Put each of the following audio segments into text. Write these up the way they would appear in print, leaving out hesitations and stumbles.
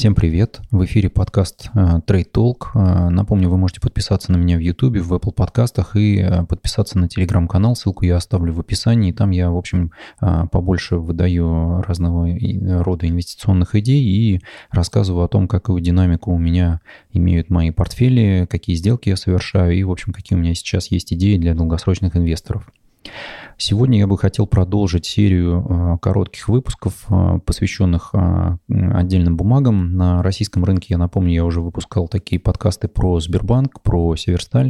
Всем привет! В эфире подкаст Trade Talk. Напомню, вы можете подписаться на меня в YouTube, в Apple подкастах и подписаться на Telegram-канал. Ссылку я оставлю в описании. Там я, в общем, побольше выдаю разного рода инвестиционных идей и рассказываю о том, какую динамику у меня имеют мои портфели, какие сделки я совершаю и, в общем, какие у меня сейчас есть идеи для долгосрочных инвесторов. Сегодня я бы хотел продолжить серию коротких выпусков, посвященных отдельным бумагам. На российском рынке, я напомню, я уже выпускал такие подкасты про Сбербанк, про Северсталь.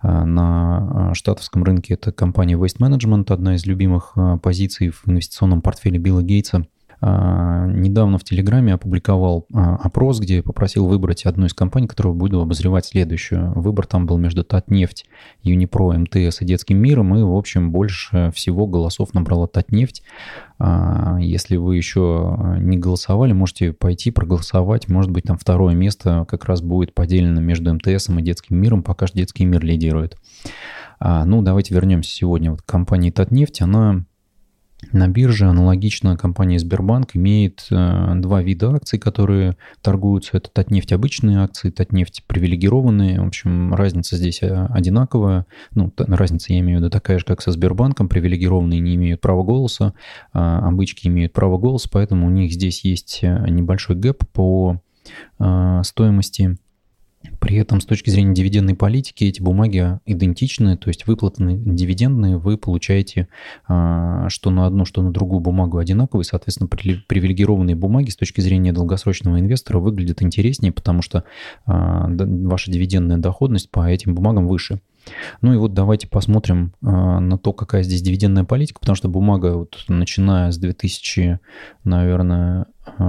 На штатовском рынке это компания Waste Management, одна из любимых позиций в инвестиционном портфеле Билла Гейтса. Недавно в Телеграме опубликовал опрос, где попросил выбрать одну из компаний, которую буду обозревать следующую. Выбор там был между Татнефть, Юнипро, МТС и Детским миром, и, в общем, больше всего голосов набрала Татнефть. Если вы еще не голосовали, можете пойти проголосовать. Может быть, там второе место как раз будет поделено между МТСом и Детским миром, пока что Детский мир лидирует. Давайте вернемся сегодня к компании Татнефть. Она на бирже, аналогично компания Сбербанк, имеет два вида акций, которые торгуются. Это Татнефть обычные акции, Татнефть привилегированные. В общем, разница здесь одинаковая. Разница, я имею в виду, такая же, как со Сбербанком. Привилегированные не имеют права голоса, обычки имеют право голоса, поэтому у них здесь есть небольшой гэп по стоимости. При этом с точки зрения дивидендной политики эти бумаги идентичны, то есть выплаты дивидендные вы получаете что на одну, что на другую бумагу одинаковые. Соответственно, привилегированные бумаги с точки зрения долгосрочного инвестора выглядят интереснее, потому что ваша дивидендная доходность по этим бумагам выше. Давайте посмотрим на то, какая здесь дивидендная политика, потому что бумага, начиная с 2000, наверное,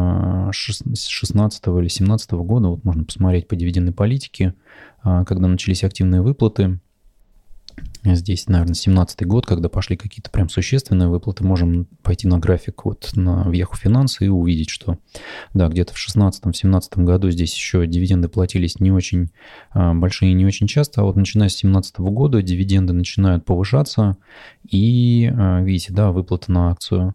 16 или 2017 года, можно посмотреть по дивидендной политике, когда начались активные выплаты. Здесь, наверное, 2017 год, когда пошли какие-то прям существенные выплаты, можем пойти на график на Yahoo Finance и увидеть, что где-то в 2016-2017 году здесь еще дивиденды платились не очень большие и не очень часто, а начиная с 2017 года дивиденды начинают повышаться, и видите, выплата на акцию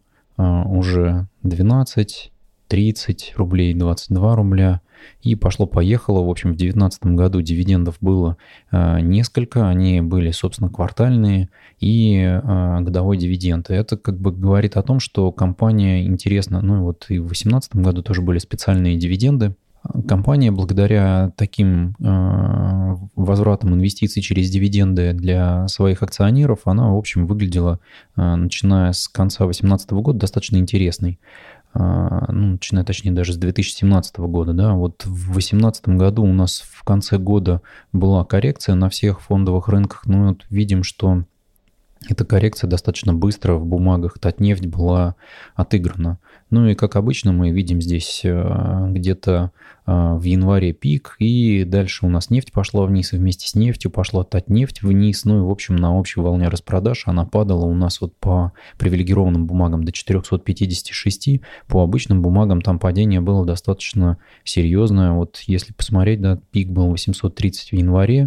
уже 12, 30 рублей, 22 рубля. И пошло-поехало. В общем, в 2019 году дивидендов было несколько. Они были, собственно, квартальные и годовой дивиденд. И это говорит о том, что компания интересна. И в 2018 году тоже были специальные дивиденды. Компания, благодаря таким возвратам инвестиций через дивиденды для своих акционеров, она, в общем, выглядела, начиная с конца 2018 года, достаточно интересной. Начиная, точнее, даже с 2017 года. В 2018 году у нас в конце года была коррекция на всех фондовых рынках. Видим, что эта коррекция достаточно быстро в бумагах Татнефть была отыграна. И, как обычно, мы видим здесь где-то в январе пик, и дальше у нас нефть пошла вниз, и вместе с нефтью пошла Татнефть вниз. В общем, на общей волне распродаж она падала у нас по привилегированным бумагам до 456, по обычным бумагам там падение было достаточно серьезное. Если посмотреть, пик был 830 в январе,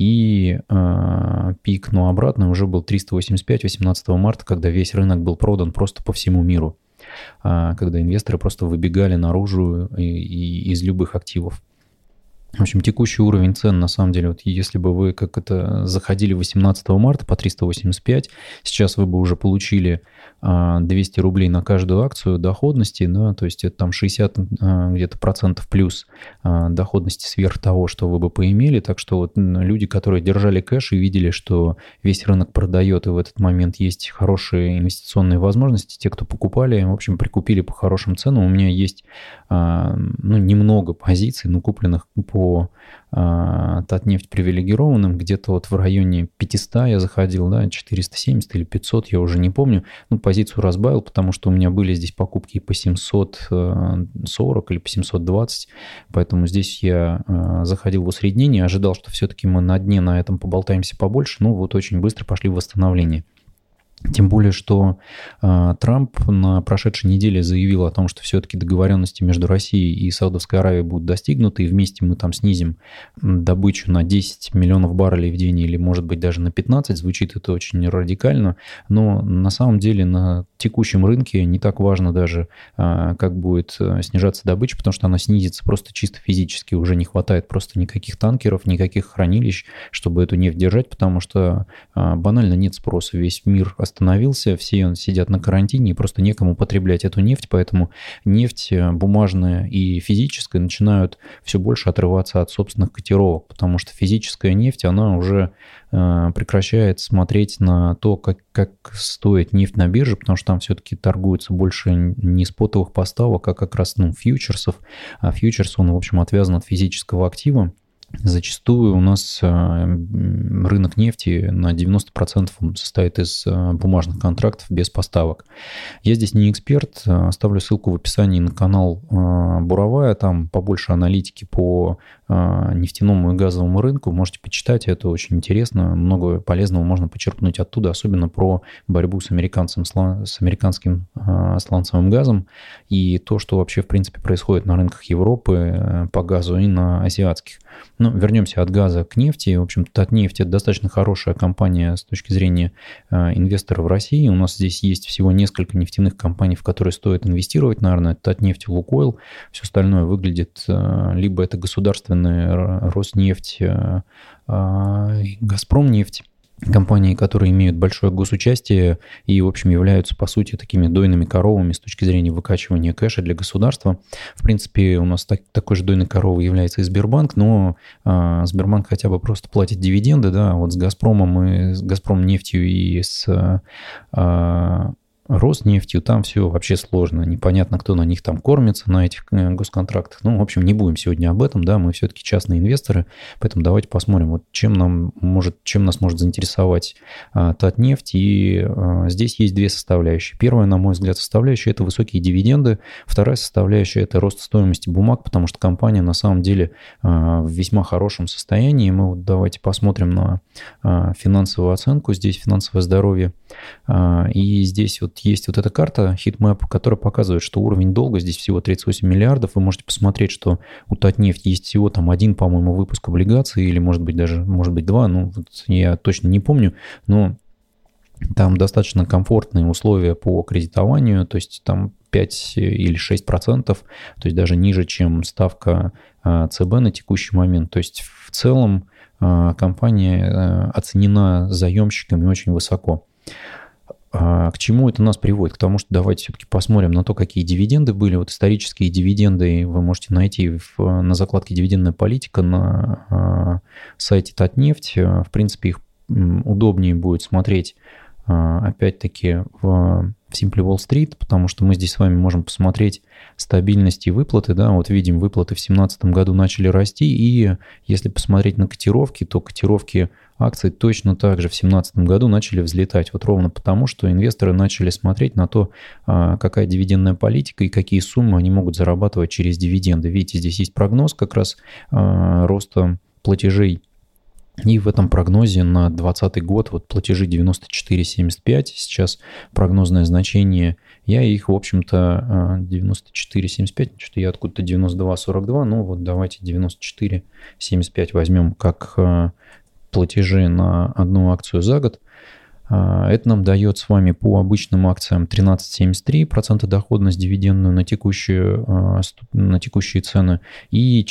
и пик, обратно уже был 385 18 марта, когда весь рынок был продан просто по всему миру, когда инвесторы просто выбегали наружу из любых активов. В общем, текущий уровень цен, на самом деле, если бы вы заходили 18 марта по 385, сейчас вы бы уже получили 200 рублей на каждую акцию доходности, то есть это там 60 где-то процентов плюс доходности сверх того, что вы бы поимели. Так что люди, которые держали кэш и видели, что весь рынок продает, и в этот момент есть хорошие инвестиционные возможности, те, кто покупали, в общем, прикупили по хорошим ценам. У меня есть немного позиций, купленных по Татнефть привилегированным, где-то в районе 500 я заходил, 470 или 500, я уже не помню. Позицию разбавил, потому что у меня были здесь покупки и по 740 или по 720, поэтому здесь я заходил в усреднение, ожидал, что все-таки мы на дне на этом поболтаемся побольше, очень быстро пошли в восстановление. Тем более, что Трамп на прошедшей неделе заявил о том, что все-таки договоренности между Россией и Саудовской Аравией будут достигнуты, и вместе мы там снизим добычу на 10 миллионов баррелей в день или, может быть, даже на 15. Звучит это очень радикально, но на самом деле на текущем рынке не так важно даже, как будет снижаться добыча, потому что она снизится просто чисто физически. Уже не хватает просто никаких танкеров, никаких хранилищ, чтобы эту нефть держать, потому что банально нет спроса. Весь мир остановился, все сидят на карантине, и просто некому потреблять эту нефть, поэтому нефть бумажная и физическая начинают все больше отрываться от собственных котировок, потому что физическая нефть, она уже прекращает смотреть на то, как стоит нефть на бирже, потому что там все-таки торгуется больше не спотовых поставок, а как раз фьючерсов, а фьючерс, он, в общем, отвязан от физического актива. Зачастую у нас рынок нефти на 90% состоит из бумажных контрактов без поставок. Я здесь не эксперт, оставлю ссылку в описании на канал Буровая, там побольше аналитики по нефтяному и газовому рынку. Можете почитать, это очень интересно, много полезного можно почерпнуть оттуда, особенно про борьбу с американским сланцевым газом и то, что вообще в принципе происходит на рынках Европы по газу и на азиатских. Ну, вернемся от газа к нефти. В общем-то, Татнефть – это достаточно хорошая компания с точки зрения инвесторов в России. У нас здесь есть всего несколько нефтяных компаний, в которые стоит инвестировать, наверное. Это Татнефть и Лукойл. Все остальное выглядит, либо это государственные Роснефть, Газпромнефть, компании, которые имеют большое госучастие и, в общем, являются, по сути, такими дойными коровами с точки зрения выкачивания кэша для государства. В принципе, у нас такой же дойной коровой является и Сбербанк, но Сбербанк хотя бы просто платит дивиденды, да, вот с Газпромом и с Газпромнефтью и с Роснефтью, там все вообще сложно. Непонятно, кто на них там кормится, на этих госконтрактах. Ну, в общем, не будем сегодня об этом, да, мы все-таки частные инвесторы, поэтому давайте посмотрим, вот чем нас может заинтересовать Татнефть. И здесь есть две составляющие. Первая, на мой взгляд, составляющая – это высокие дивиденды. Вторая составляющая – это рост стоимости бумаг, потому что компания на самом деле в весьма хорошем состоянии. Мы вот давайте посмотрим на финансовую оценку, здесь финансовое здоровье. И здесь вот есть вот эта карта Heatmap, которая показывает, что уровень долга здесь всего 38 миллиардов. Вы можете посмотреть, что у Татнефть есть всего там один, по-моему, выпуск облигаций, или может быть два, ну вот я точно не помню, но там достаточно комфортные условия по кредитованию, то есть там 5 или 6%, то есть даже ниже, чем ставка ЦБ на текущий момент. То есть в целом компания оценена заемщиками очень высоко. К чему это нас приводит? К тому, что давайте все-таки посмотрим на то, какие дивиденды были. Вот исторические дивиденды вы можете найти на закладке «Дивидендная политика» на сайте Татнефть. В принципе, их удобнее будет смотреть опять-таки в Simply Wall Street, потому что мы здесь с вами можем посмотреть стабильность и выплаты. Да? Вот видим, выплаты в 2017 году начали расти, и если посмотреть на котировки, то котировки акций точно так же в 2017 году начали взлетать. Вот ровно потому, что инвесторы начали смотреть на то, какая дивидендная политика и какие суммы они могут зарабатывать через дивиденды. Видите, здесь есть прогноз как раз роста платежей. И в этом прогнозе на 2020 год вот платежи 94,75, сейчас прогнозное значение, я их, в общем-то, 94,75, что я откуда-то 92,42, ну вот давайте 94,75 возьмем как платежи на одну акцию за год. Это нам дает с вами по обычным акциям 13,73% доходность дивидендную на текущие цены и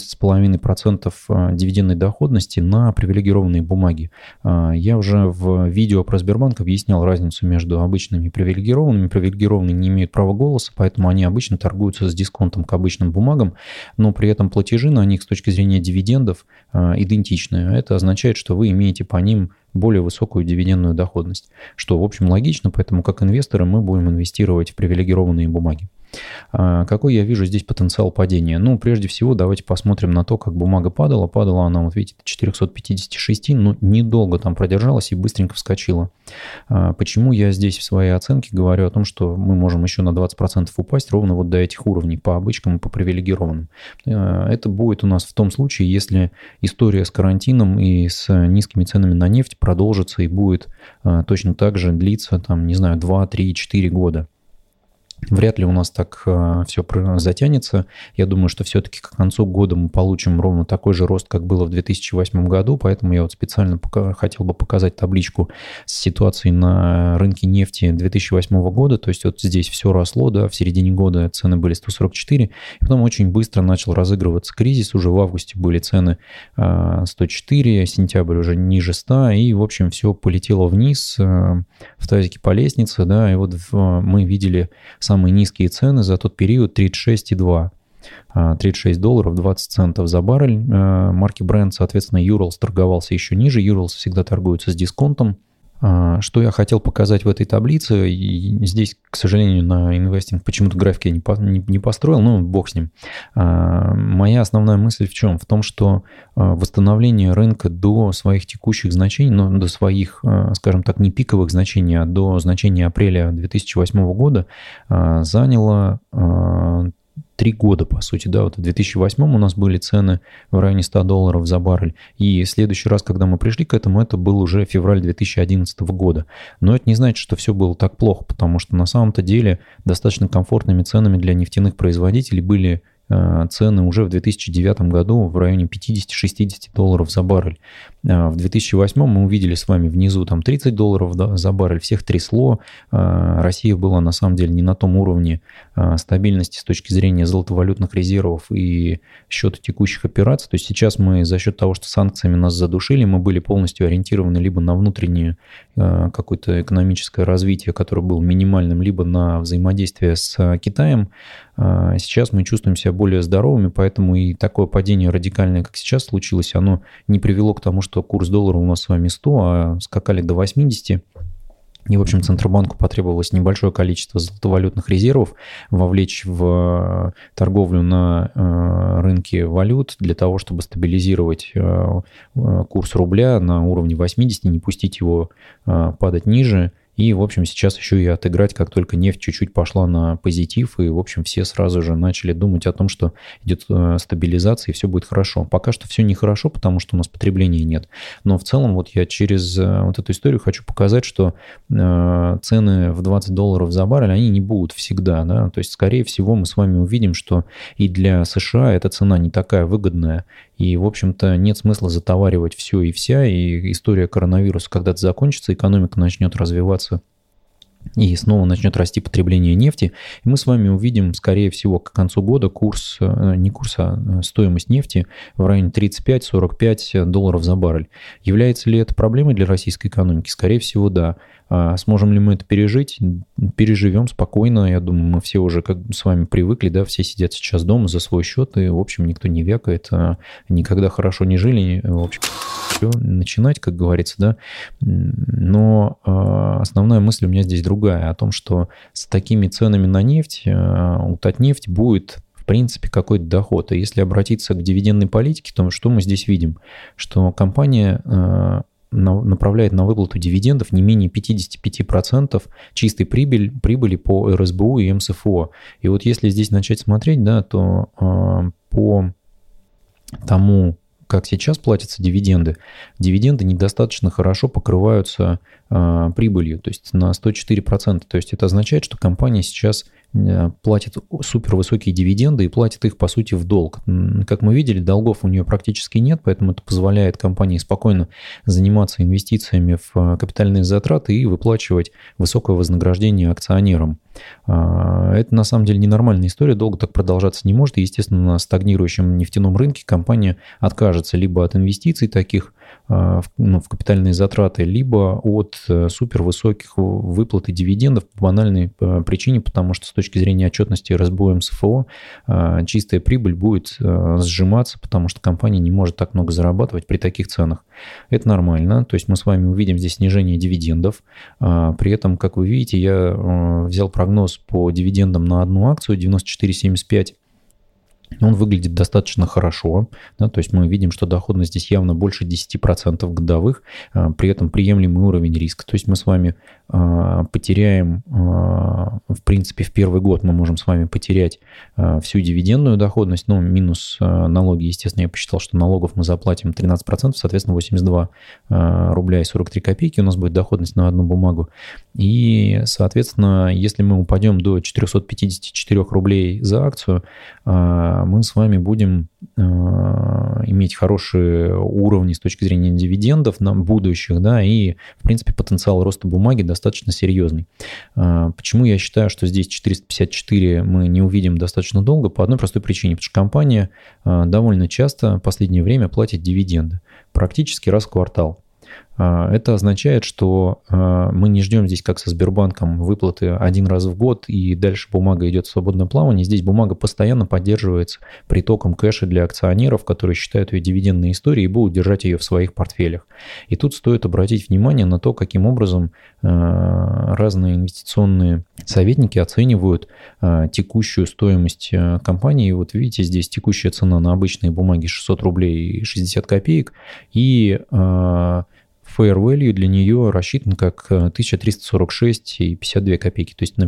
14,5% дивидендной доходности на привилегированные бумаги. Я уже в видео про Сбербанк объяснял разницу между обычными и привилегированными. Привилегированные не имеют права голоса, поэтому они обычно торгуются с дисконтом к обычным бумагам, но при этом платежи на них с точки зрения дивидендов идентичны. Это означает, что вы имеете по ним более высокую дивидендную доходность, что, в общем, логично, поэтому как инвесторы мы будем инвестировать в привилегированные бумаги. Какой я вижу здесь потенциал падения? Ну, прежде всего, давайте посмотрим на то, как бумага падала. Падала она, вот видите, 456, но недолго там продержалась и быстренько вскочила. Почему я здесь в своей оценке говорю о том, что мы можем еще на 20% упасть ровно вот до этих уровней по обычкам и по привилегированным? Это будет у нас в том случае, если история с карантином и с низкими ценами на нефть продолжится и будет точно так же длиться, там, не знаю, 2, 3, 4 года. Вряд ли у нас так все затянется. Я думаю, что все-таки к концу года мы получим ровно такой же рост, как было в 2008 году, поэтому я вот специально хотел бы показать табличку с ситуацией на рынке нефти 2008 года. То есть вот здесь все росло, да, в середине года цены были 144, и потом очень быстро начал разыгрываться кризис. Уже в августе были цены 104, сентябрь уже ниже 100, и, в общем, все полетело вниз в тазике по лестнице, да, и вот мы видели самые низкие цены за тот период 36,2. 36 долларов 20 центов за баррель. Марки Brent, соответственно, Urals торговался еще ниже. Urals всегда торгуются с дисконтом. Что я хотел показать в этой таблице, и здесь, к сожалению, на инвестинг почему-то график я не построил, но бог с ним. Моя основная мысль в чем? В том, что восстановление рынка до своих текущих значений, но до своих, скажем так, не пиковых значений, а до значения апреля 2008 года заняло 3 года, по сути, да, вот в 2008 у нас были цены в районе 100 долларов за баррель, и в следующий раз, когда мы пришли к этому, это был уже февраль 2011 года. Но это не значит, что все было так плохо, потому что на самом-то деле достаточно комфортными ценами для нефтяных производителей были цены уже в 2009 году в районе 50-60 долларов за баррель. В 2008 мы увидели с вами внизу там 30 долларов за баррель, всех трясло. Россия была на самом деле не на том уровне стабильности с точки зрения золотовалютных резервов и счета текущих операций. То есть сейчас мы за счет того, что санкциями нас задушили, мы были полностью ориентированы либо на внутреннее какое-то экономическое развитие, которое было минимальным, либо на взаимодействие с Китаем. Сейчас мы чувствуем себя более здоровыми, поэтому и такое падение радикальное, как сейчас случилось, оно не привело к тому, что курс доллара у нас с вами 100, а скакали до 80. И, в общем, Центробанку потребовалось небольшое количество золотовалютных резервов вовлечь в торговлю на рынке валют для того, чтобы стабилизировать курс рубля на уровне 80, не пустить его падать ниже. И, в общем, сейчас еще и отыграть, как только нефть чуть-чуть пошла на позитив, и, в общем, все сразу же начали думать о том, что идет стабилизация, и все будет хорошо. Пока что все нехорошо, потому что у нас потребления нет. Но в целом вот я через вот эту историю хочу показать, что цены в 20 долларов за баррель, они не будут всегда, да, то есть, скорее всего, мы с вами увидим, что и для США эта цена не такая выгодная, и, в общем-то, нет смысла затоваривать все и вся, и история коронавируса когда-то закончится, экономика начнет развиваться, и снова начнет расти потребление нефти, и мы с вами увидим, скорее всего, к концу года стоимость нефти в районе 35-45 долларов за баррель. Является ли это проблемой для российской экономики? Скорее всего, да. Сможем ли мы это пережить? Переживем спокойно. Я думаю, мы все уже как с вами привыкли, да, все сидят сейчас дома за свой счет, и, в общем, никто не вякает, никогда хорошо не жили, в общем, начинать, как говорится, да. Но основная мысль у меня здесь другая, о том, что с такими ценами на нефть у Татнефть будет в принципе какой-то доход. И если обратиться к дивидендной политике, то что мы здесь видим? Что компания направляет на выплату дивидендов не менее 55% чистой прибыли по РСБУ и МСФО. И вот если здесь начать смотреть, да, то по тому, как сейчас платятся дивиденды недостаточно хорошо покрываются прибылью, то есть на 104%. То есть это означает, что компания сейчас платит супервысокие дивиденды и платит их, по сути, в долг. Как мы видели, долгов у нее практически нет, поэтому это позволяет компании спокойно заниматься инвестициями в капитальные затраты и выплачивать высокое вознаграждение акционерам. Это на самом деле ненормальная история, долго так продолжаться не может. И, естественно, на стагнирующем нефтяном рынке компания откажется либо от инвестиций таких в капитальные затраты, либо от супервысоких выплат и дивидендов по банальной причине, потому что с точки зрения отчетности РСБО МСФО чистая прибыль будет сжиматься, потому что компания не может так много зарабатывать при таких ценах. Это нормально, то есть мы с вами увидим здесь снижение дивидендов. При этом, как вы видите, я взял прогноз по дивидендам на одну акцию 94,75. Он выглядит достаточно хорошо, да, то есть мы видим, что доходность здесь явно больше 10% годовых, при этом приемлемый уровень риска. То есть мы с вами потеряем, в принципе, в первый год мы можем с вами потерять всю дивидендную доходность, ну, минус налоги, естественно, я посчитал, что налогов мы заплатим 13%, соответственно, 82 рубля и 43 копейки у нас будет доходность на одну бумагу. И, соответственно, если мы упадем до 454 рублей за акцию, мы с вами будем иметь хорошие уровни с точки зрения дивидендов на будущих, да, и, в принципе, потенциал роста бумаги достаточно серьезный. Почему я считаю, что здесь 454 мы не увидим достаточно долго? По одной простой причине, потому что компания довольно часто в последнее время платит дивиденды, практически раз в квартал. Это означает, что мы не ждем здесь, как со Сбербанком, выплаты один раз в год, и дальше бумага идет в свободное плавание. Здесь бумага постоянно поддерживается притоком кэша для акционеров, которые считают ее дивидендной историей и будут держать ее в своих портфелях. И тут стоит обратить внимание на то, каким образом разные инвестиционные советники оценивают текущую стоимость компании. И вот видите, здесь текущая цена на обычные бумаги 600 рублей и 60 копеек, и fair value для нее рассчитан как 1346,52 копейки. То есть на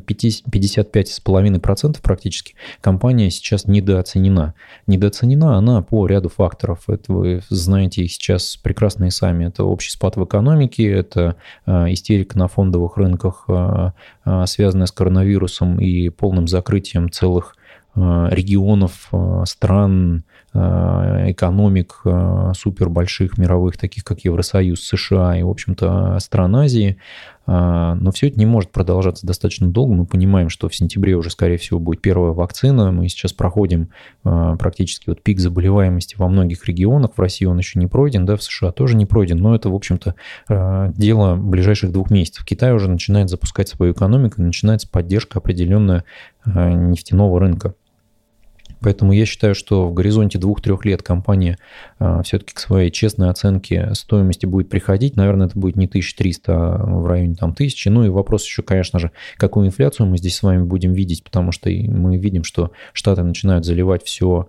55,5% практически компания сейчас недооценена. Недооценена она по ряду факторов. Это вы знаете их сейчас прекрасно и сами. Это общий спад в экономике, это истерика на фондовых рынках, связанная с коронавирусом и полным закрытием целых регионов, стран, экономик супербольших мировых, таких как Евросоюз, США и, в общем-то, стран Азии. Но все это не может продолжаться достаточно долго. Мы понимаем, что в сентябре уже, скорее всего, будет первая вакцина. Мы сейчас проходим практически вот пик заболеваемости во многих регионах. В России он еще не пройден, да, в США тоже не пройден. Но это, в общем-то, дело ближайших 2 месяцев. Китай уже начинает запускать свою экономику, начинается поддержка определенная нефтяного рынка. Поэтому я считаю, что в горизонте 2-3 лет компания все-таки к своей честной оценке стоимости будет приходить. Наверное, это будет не 1300, а в районе 1000. Ну и вопрос еще, конечно же, какую инфляцию мы здесь с вами будем видеть, потому что мы видим, что Штаты начинают заливать все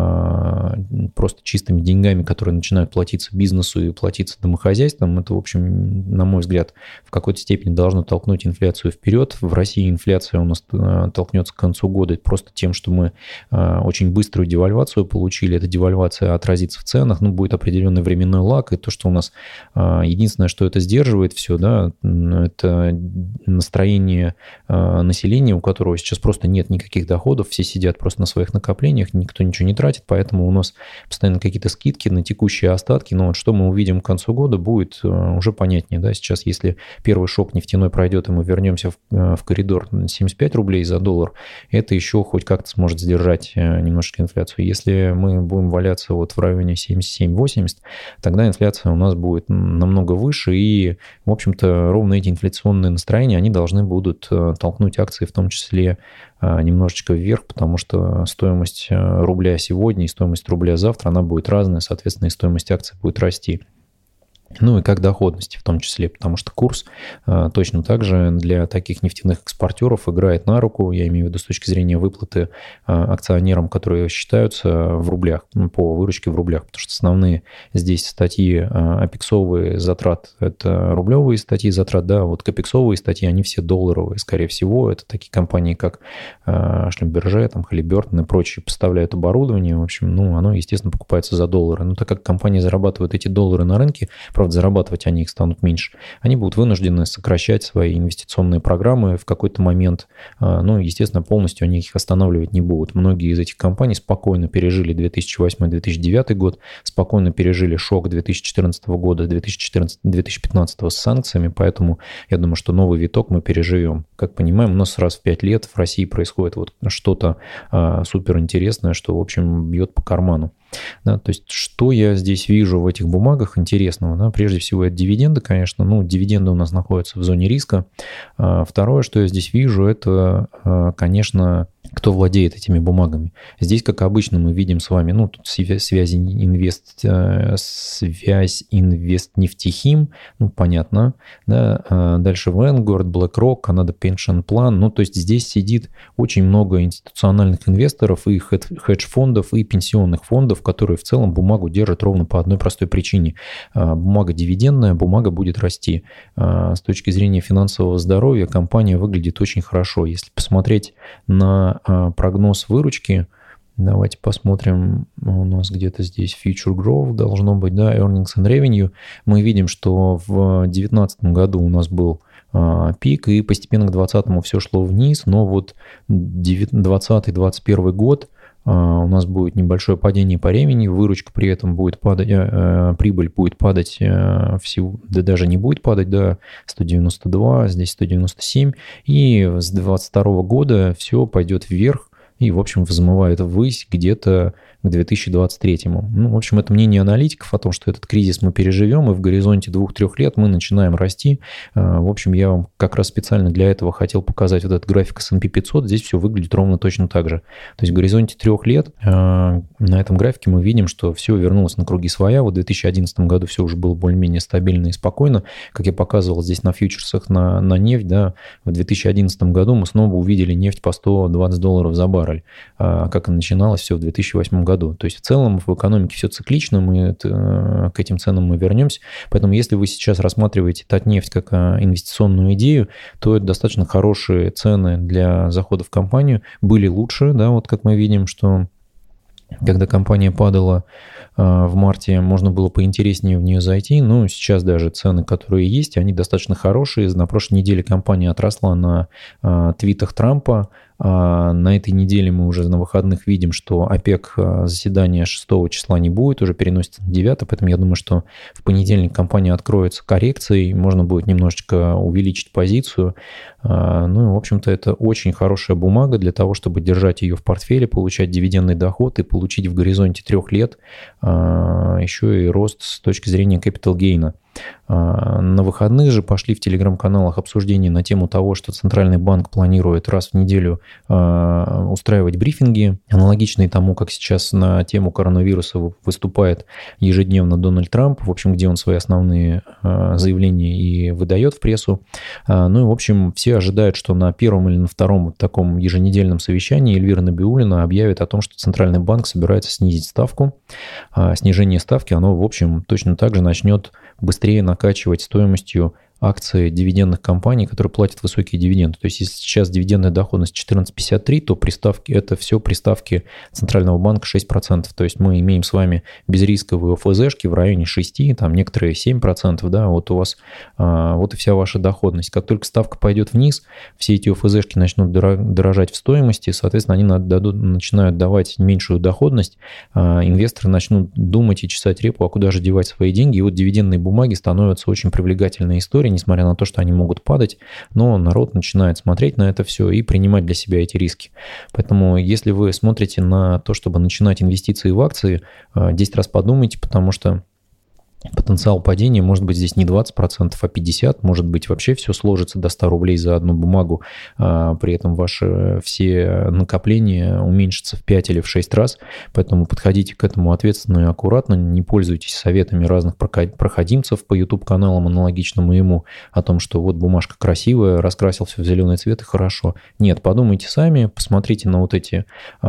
просто чистыми деньгами, которые начинают платиться бизнесу и платиться домохозяйствам. Это, в общем, на мой взгляд, в какой-то степени должно толкнуть инфляцию вперед. В России инфляция у нас толкнется к концу года просто тем, что мы очень быструю девальвацию получили. Эта девальвация отразится в ценах, ну, будет определенный временной лаг, и то, что у нас единственное, что это сдерживает все, да, это настроение населения, у которого сейчас просто нет никаких доходов, все сидят просто на своих накоплениях, никто ничего не тратит, поэтому у нас постоянно какие-то скидки на текущие остатки. Но вот что мы увидим к концу года, будет уже понятнее. Да? Сейчас, если первый шок нефтяной пройдет, и мы вернемся в коридор 75 рублей за доллар, это еще хоть как-то сможет сдержать немножечко инфляцию. Если мы будем валяться вот в районе 77-80, тогда инфляция у нас будет намного выше, и, в общем-то, ровно эти инфляционные настроения, они должны будут толкнуть акции в том числе немножечко вверх, потому что стоимость рубля сегодня и стоимость рубля завтра, она будет разная, соответственно, и стоимость акций будет расти. Ну и как доходности в том числе, потому что курс точно так же для таких нефтяных экспортеров играет на руку, я имею в виду с точки зрения выплаты акционерам, которые считаются в рублях, по выручке в рублях, потому что основные здесь статьи апексовые затрат, это рублевые статьи затрат, да, вот капексовые статьи, они все долларовые, скорее всего, это такие компании, как Шлюмберже, там, Халибертон и прочие поставляют оборудование, в общем, ну, оно, естественно, покупается за доллары, но так как компании зарабатывают эти доллары на рынке, правда, зарабатывать они их станут меньше, они будут вынуждены сокращать свои инвестиционные программы в какой-то момент. Ну, естественно, полностью они их останавливать не будут. Многие из этих компаний спокойно пережили 2008-2009 год, спокойно пережили шок 2014 года, 2014-2015 с санкциями, поэтому я думаю, что новый виток мы переживем. Как понимаем, у нас раз в 5 лет в России происходит вот что-то суперинтересное, что, в общем, бьет по карману. Да, то есть что я здесь вижу в этих бумагах интересного? Да? Прежде всего, это дивиденды, конечно. Ну, дивиденды у нас находятся в зоне риска. Второе, что я здесь вижу, это, конечно, кто владеет этими бумагами. Здесь, как обычно, мы видим с вами, ну, тут связь Инвестнефтехим, ну, понятно, да, дальше Vanguard, BlackRock, Canada Pension Plan, ну, то есть здесь сидит очень много институциональных инвесторов и хедж-фондов, и пенсионных фондов, которые в целом бумагу держат ровно по одной простой причине. Бумага дивидендная, бумага будет расти. С точки зрения финансового здоровья компания выглядит очень хорошо. Если посмотреть на прогноз выручки, давайте посмотрим, у нас где-то здесь Future Growth должно быть, да, Earnings and Revenue. Мы видим, что в 2019 году у нас был пик, и постепенно к 2020 все шло вниз, но вот 2020-2021 год у нас будет небольшое падение по времени, выручка при этом будет падать, прибыль будет падать всего, да даже не будет падать, да, 192, здесь 197, и с 2022 года все пойдет вверх и, в общем, взмывает ввысь где-то к 2023. Ну, в общем, это мнение аналитиков о том, что этот кризис мы переживем, и в горизонте 2-3 лет мы начинаем расти. В общем, я вам как раз специально для этого хотел показать вот этот график S&P 500. Здесь все выглядит ровно точно так же. То есть в горизонте 3 лет на этом графике мы видим, что все вернулось на круги своя. Вот в 2011 году все уже было более-менее стабильно и спокойно. Как я показывал здесь на фьючерсах на нефть, да, в 2011 году мы снова увидели нефть по $120 за баррель, как и начиналось все в 2008 году. То есть в целом в экономике все циклично, к этим ценам мы вернемся. Поэтому если вы сейчас рассматриваете Татнефть как инвестиционную идею, то это достаточно хорошие цены для захода в компанию. Были лучше, да, вот как мы видим, что когда компания падала в марте, можно было поинтереснее в нее зайти. Но сейчас даже цены, которые есть, они достаточно хорошие. На прошлой неделе компания отросла на твитах Трампа. На этой неделе мы уже на выходных видим, что ОПЕК заседания 6 числа не будет, уже переносится на 9, поэтому я думаю, что в понедельник компания откроется коррекцией, можно будет немножечко увеличить позицию. Ну и, в общем-то, это очень хорошая бумага для того, чтобы держать ее в портфеле, получать дивидендный доход и получить в горизонте 3 лет еще и рост с точки зрения capital-гейна. На выходных же пошли в телеграм-каналах обсуждения на тему того, что Центральный банк планирует раз в неделю устраивать брифинги, аналогичные тому, как сейчас на тему коронавируса выступает ежедневно Дональд Трамп, в общем, где он свои основные заявления и выдает в прессу. Ну и, в общем, все ожидают, что на первом или на втором вот таком еженедельном совещании Эльвира Набиуллина объявит о том, что Центральный банк собирается снизить ставку. Снижение ставки, оно, в общем, точно так же начнет быстрее накачивать стоимостью акции дивидендных компаний, которые платят высокие дивиденды. То есть если сейчас дивидендная доходность 14,53, то приставки, это все приставки Центрального банка 6%. То есть мы имеем с вами безрисковые ОФЗшки в районе 6, там некоторые 7%, да, вот у вас вот и вся ваша доходность. Как только ставка пойдет вниз, все эти ОФЗшки начнут дорожать в стоимости, соответственно, они начинают давать меньшую доходность, инвесторы начнут думать и чесать репу, а куда же девать свои деньги, и вот дивидендные бумаги становятся очень привлекательной историей, несмотря на то, что они могут падать, но народ начинает смотреть на это все и принимать для себя эти риски. Поэтому если вы смотрите на то, чтобы начинать инвестиции в акции, 10 раз подумайте, потому что потенциал падения может быть здесь не 20%, а 50%, может быть вообще все сложится до 100 рублей за одну бумагу, при этом ваши все накопления уменьшатся в 5 или в 6 раз, поэтому подходите к этому ответственно и аккуратно, не пользуйтесь советами разных проходимцев по YouTube-каналам, аналогично моему, о том, что вот бумажка красивая, раскрасил все в зеленый цвет и хорошо. Нет, подумайте сами, посмотрите на вот эти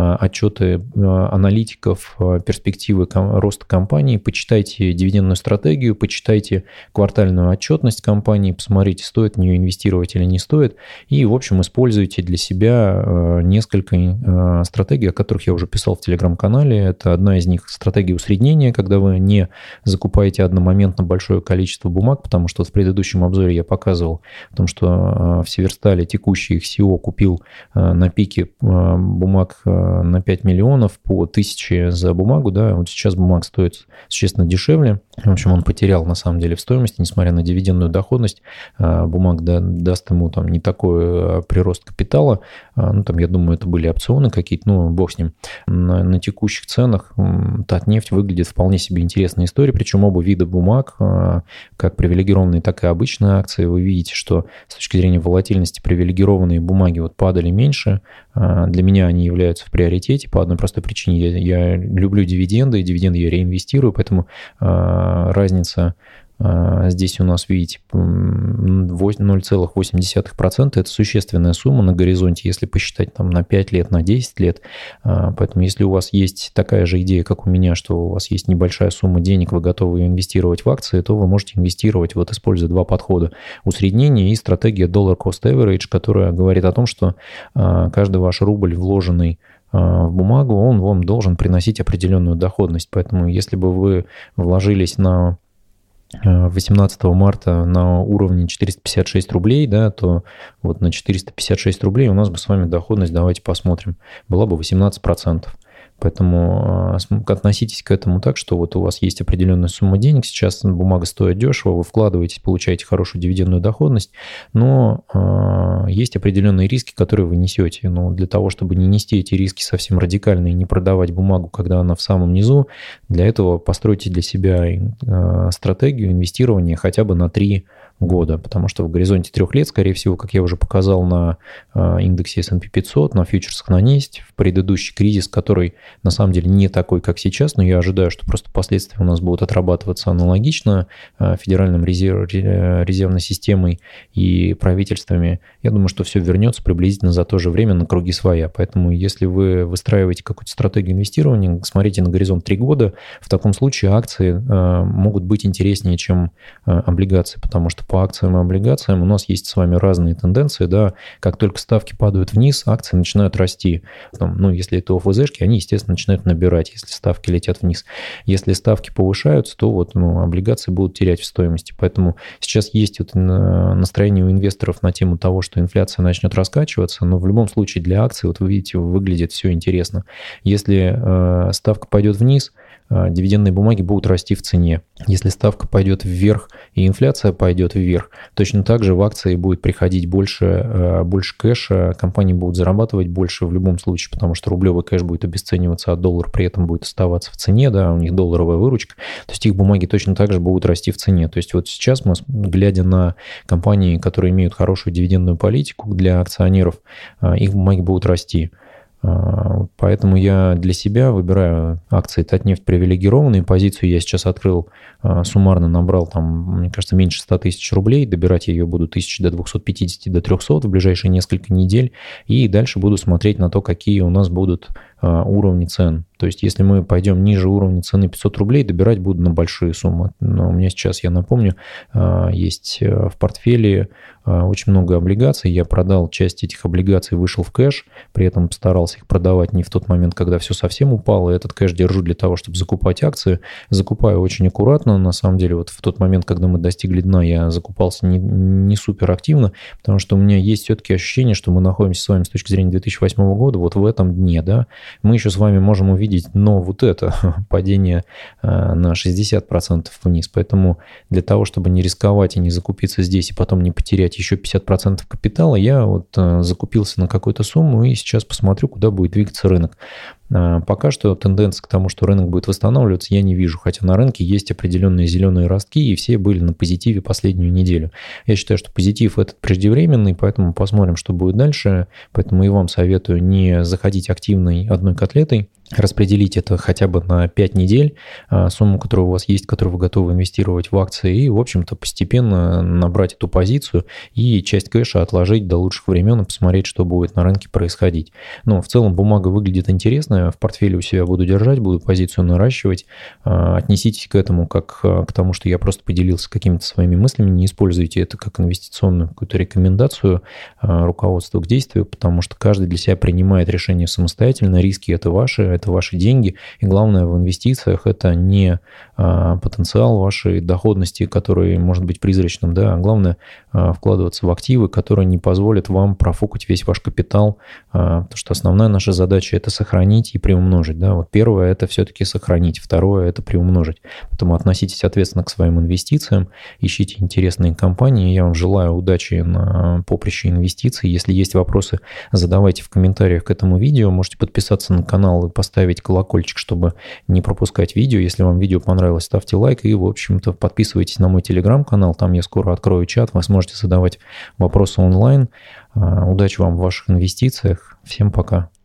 отчеты аналитиков, перспективы роста компании, почитайте дивидендную стратегию, почитайте квартальную отчетность компании, посмотрите, стоит в нее инвестировать или не стоит, и, в общем, используйте для себя несколько стратегий, о которых я уже писал в Телеграм-канале. Это одна из них — стратегия усреднения, когда вы не закупаете одномоментно большое количество бумаг, потому что в предыдущем обзоре я показывал о том, что в Северстале текущий их CEO купил на пике бумаг на 5 миллионов по 1000 за бумагу, да, вот сейчас бумаг стоит существенно дешевле. В общем, он потерял на самом деле в стоимости, несмотря на дивидендную доходность. Бумага даст ему там не такой прирост капитала. Ну, там, я думаю, это были опционы какие-то, ну, бог с ним. На текущих ценах Татнефть выглядит вполне себе интересная история, причем оба вида бумаг, как привилегированные, так и обычные акции, вы видите, что с точки зрения волатильности привилегированные бумаги вот падали меньше. Для меня они являются в приоритете по одной простой причине. Я люблю дивиденды, и дивиденды я реинвестирую, поэтому разница здесь у нас, видите, 0,8%. Это существенная сумма на горизонте, если посчитать там на 5 лет, на 10 лет. Поэтому если у вас есть такая же идея, как у меня, что у вас есть небольшая сумма денег, вы готовы инвестировать в акции, то вы можете инвестировать, вот используя два подхода: усреднение и стратегия Dollar Cost Average, которая говорит о том, что каждый ваш рубль, вложенный в бумагу, он вам должен приносить определенную доходность. Поэтому если бы вы вложились на 18 марта на уровне 456 рублей, да, то вот на 456 рублей у нас бы с вами доходность, давайте посмотрим, была бы 18%. Поэтому относитесь к этому так, что вот у вас есть определенная сумма денег, сейчас бумага стоит дешево, вы вкладываетесь, получаете хорошую дивидендную доходность, но есть определенные риски, которые вы несете. Но для того, чтобы не нести эти риски совсем радикально и не продавать бумагу, когда она в самом низу, для этого постройте для себя стратегию инвестирования хотя бы на 3 года, потому что в горизонте 3 лет, скорее всего, как я уже показал на индексе S&P 500, на фьючерсах на нефть, в предыдущий кризис, который на самом деле не такой, как сейчас, но я ожидаю, что просто последствия у нас будут отрабатываться аналогично Федеральным резервной системой и правительствами. Я думаю, что все вернется приблизительно за то же время на круги своя. Поэтому если вы выстраиваете какую-то стратегию инвестирования, смотрите на горизонт 3 года, в таком случае акции могут быть интереснее, чем облигации, потому что по акциям и облигациям у нас есть с вами разные тенденции, да, как только ставки падают вниз, акции начинают расти. Ну, если это ОФЗшки, они, естественно, начинают набирать, если ставки летят вниз. Если ставки повышаются, то вот, облигации будут терять в стоимости. Поэтому сейчас есть вот настроение у инвесторов на тему того, что инфляция начнет раскачиваться, но в любом случае для акций, вот вы видите, выглядит все интересно. Если ставка пойдет вниз, дивидендные бумаги будут расти в цене. Если ставка пойдет вверх и инфляция пойдет вверх, точно так же в акции будет приходить больше кэша, компании будут зарабатывать больше в любом случае, потому что рублевый кэш будет обесцениваться, а доллар при этом будет оставаться в цене, да, у них долларовая выручка, то есть их бумаги точно так же будут расти в цене. То есть вот сейчас мы, глядя на компании, которые имеют хорошую дивидендную политику для акционеров, их бумаги будут расти. Поэтому я для себя выбираю акции Татнефть привилегированные. Позицию я сейчас открыл, суммарно набрал там, мне кажется, меньше 100 тысяч рублей. Добирать я ее буду 1000 до 250 до 300 в ближайшие несколько недель. И дальше буду смотреть на то, какие у нас будут уровни цен. То есть если мы пойдем ниже уровня цены 500 рублей, добирать буду на большие суммы. Но у меня сейчас, я напомню, есть в портфеле очень много облигаций. Я продал часть этих облигаций, вышел в кэш, при этом старался их продавать не в тот момент, когда все совсем упало. Этот кэш держу для того, чтобы закупать акции. Закупаю очень аккуратно. На самом деле, вот в тот момент, когда мы достигли дна, я закупался не супер активно, потому что у меня есть все-таки ощущение, что мы находимся с вами с точки зрения 2008 года вот в этом дне, да. Мы еще с вами можем увидеть, но вот это падение на 60% вниз. Поэтому для того, чтобы не рисковать и не закупиться здесь, и потом не потерять еще 50% капитала, я вот закупился на какую-то сумму и сейчас посмотрю, куда будет двигаться рынок. Пока что тенденции к тому, что рынок будет восстанавливаться, я не вижу, хотя на рынке есть определенные зеленые ростки, и все были на позитиве последнюю неделю. Я считаю, что позитив этот преждевременный, поэтому посмотрим, что будет дальше. Поэтому и вам советую не заходить активной одной котлетой, распределить это хотя бы на 5 недель, сумму, которая у вас есть, которую вы готовы инвестировать в акции, и, в общем-то, постепенно набрать эту позицию и часть кэша отложить до лучших времен и посмотреть, что будет на рынке происходить. Но в целом бумага выглядит интересно, в портфеле у себя буду держать, буду позицию наращивать. Отнеситесь к этому как к тому, что я просто поделился какими-то своими мыслями, не используйте это как инвестиционную какую-то рекомендацию, руководство к действию, потому что каждый для себя принимает решение самостоятельно, риски это ваши, это ваши деньги. И главное в инвестициях это не потенциал вашей доходности, который может быть призрачным, да, а главное вкладываться в активы, которые не позволят вам профукать весь ваш капитал, потому что основная наша задача – это сохранить и приумножить. Да. Вот первое – это все-таки сохранить, второе – это приумножить. Поэтому относитесь ответственно к своим инвестициям, ищите интересные компании. Я вам желаю удачи на поприще инвестиций. Если есть вопросы, задавайте в комментариях к этому видео. Можете подписаться на канал и поставить колокольчик, чтобы не пропускать видео. Если вам видео понравилось, ставьте лайк и, в общем-то, подписывайтесь на мой телеграм-канал. Там я скоро открою чат, вы сможете задавать вопросы онлайн. Удачи вам в ваших инвестициях. Всем пока.